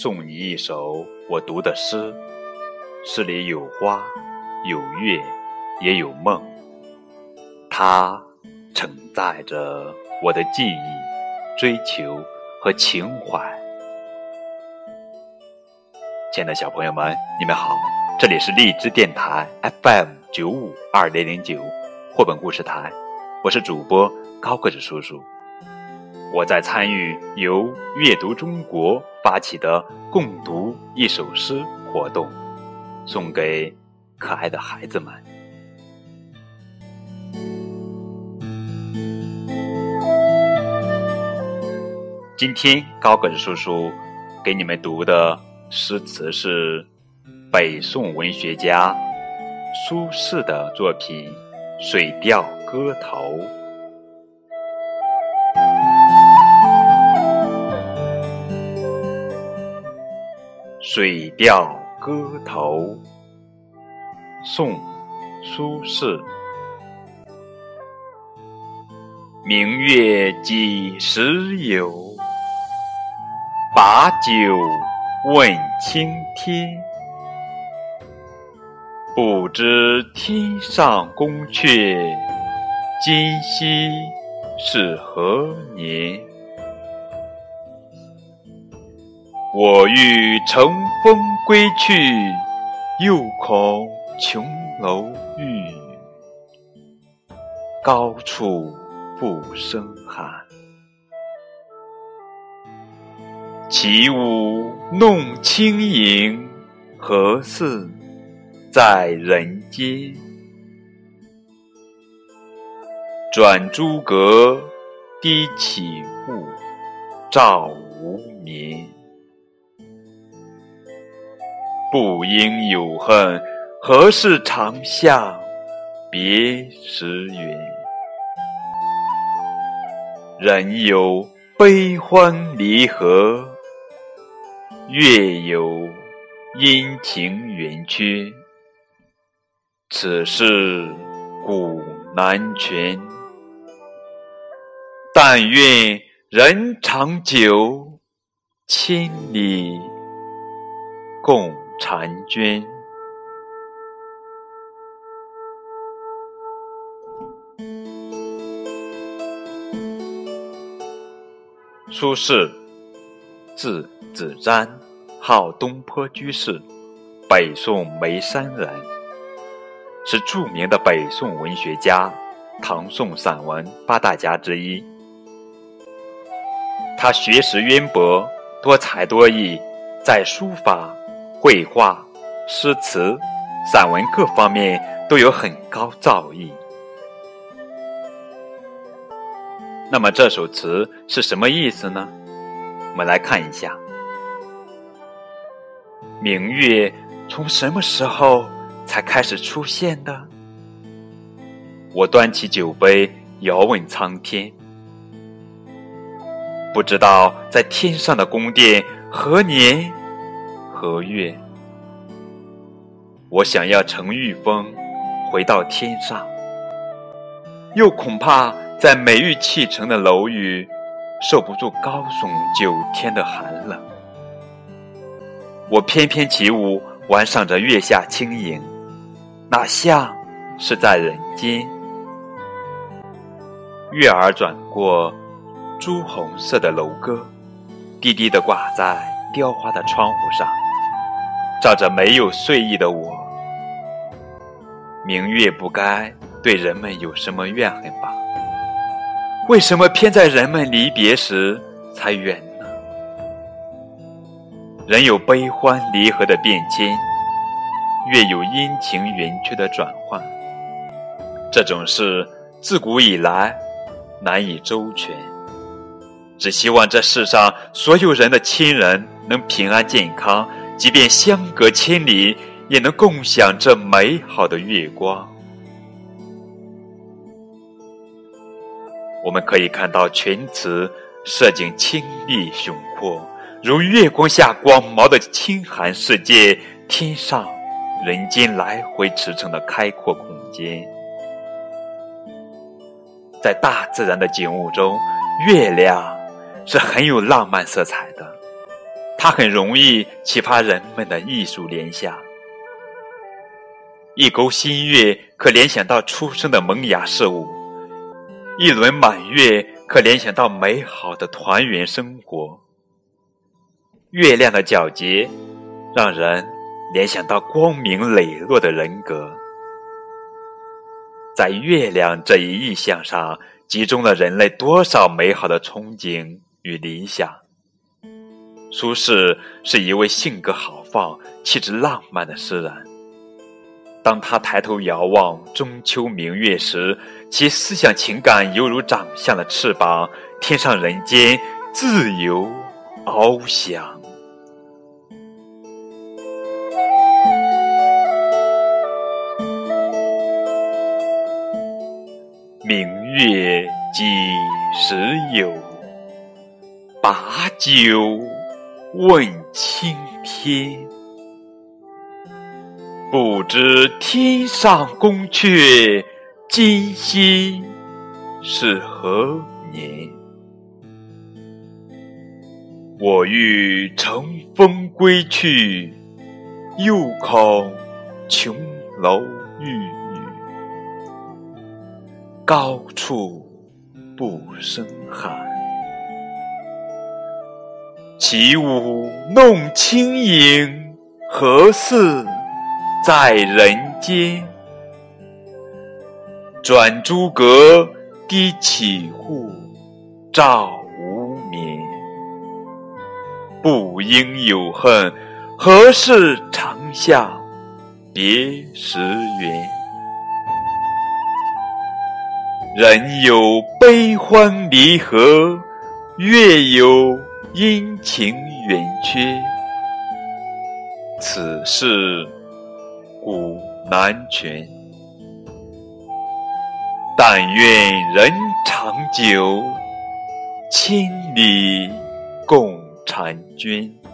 送你一首我读的诗，诗里有花，有月，也有梦，它承载着我的记忆、追求和情怀。亲爱的小朋友们，你们好，这里是荔枝电台 FM952009 绘本故事台，我是主播高个子叔叔。我在参与由阅读中国发起的共读一首诗活动，送给可爱的孩子们。今天高个子叔叔给你们读的诗词是北宋文学家苏轼的作品《水调歌头》。水调歌头，宋，苏轼。明月几时有？把酒问青天。不知天上宫阙，今夕是何年？我欲乘风归去，又恐琼楼玉宇，高处不胜寒。起舞弄清影，何似在人间？转朱阁，低绮户，照无眠。不应有恨，何事长向别时圆？人有悲欢离合，月有阴晴圆缺，此事古难全。但愿人长久，千里共婵娟。苏轼，字子瞻，号东坡居士，北宋眉山人，是著名的北宋文学家，唐宋散文八大家之一。他学识渊博，多才多艺，在书法、绘画、诗词、散文各方面都有很高造诣。那么这首词是什么意思呢？我们来看一下。明月从什么时候才开始出现的？我端起酒杯，遥问苍天。不知道在天上的宫殿，何年何月？我想要乘御风回到天上，又恐怕在美玉砌成的楼宇受不住高耸9天的寒冷。我翩翩起舞，玩赏着月下轻盈，哪像是在人间？月儿转过朱红色的楼阁，低低地挂在雕花的窗户上，照着没有睡意的我。明月不该对人们有什么怨恨吧？为什么偏在人们离别时才远呢？人有悲欢离合的变迁，月有阴晴圆缺的转换，这种事自古以来难以周全。只希望这世上所有人的亲人能平安健康，即便相隔千里，也能共享这美好的月光。我们可以看到全词设景清丽雄阔，如月光下广袤的清寒世界，天上人间来回驰骋的开阔空间。在大自然的景物中，月亮是很有浪漫色彩的， 它很容易启发人们的艺术联想。一钩新月可联想到出生的萌芽事物，一轮满月可联想到美好的团圆生活。月亮的皎洁让人联想到光明磊落的人格。在月亮这一意象上，集中了人类多少美好的憧憬与理想。苏轼是一位性格豪放、气质浪漫的诗人。当他抬头遥望中秋明月时，其思想情感犹如长相的翅膀，天上人间，自由翱翔。明月几时有？把酒问青天。不知天上宫阙，今夕是何年？我欲乘风归去，又恐琼楼玉宇，高处不胜寒。起舞弄清影，何似在人间？转朱阁，低绮户，照无眠。不应有恨，何事长向别时圆？人有悲欢离合，月有阴晴圆缺。此事古难全。但愿人长久，千里共婵娟。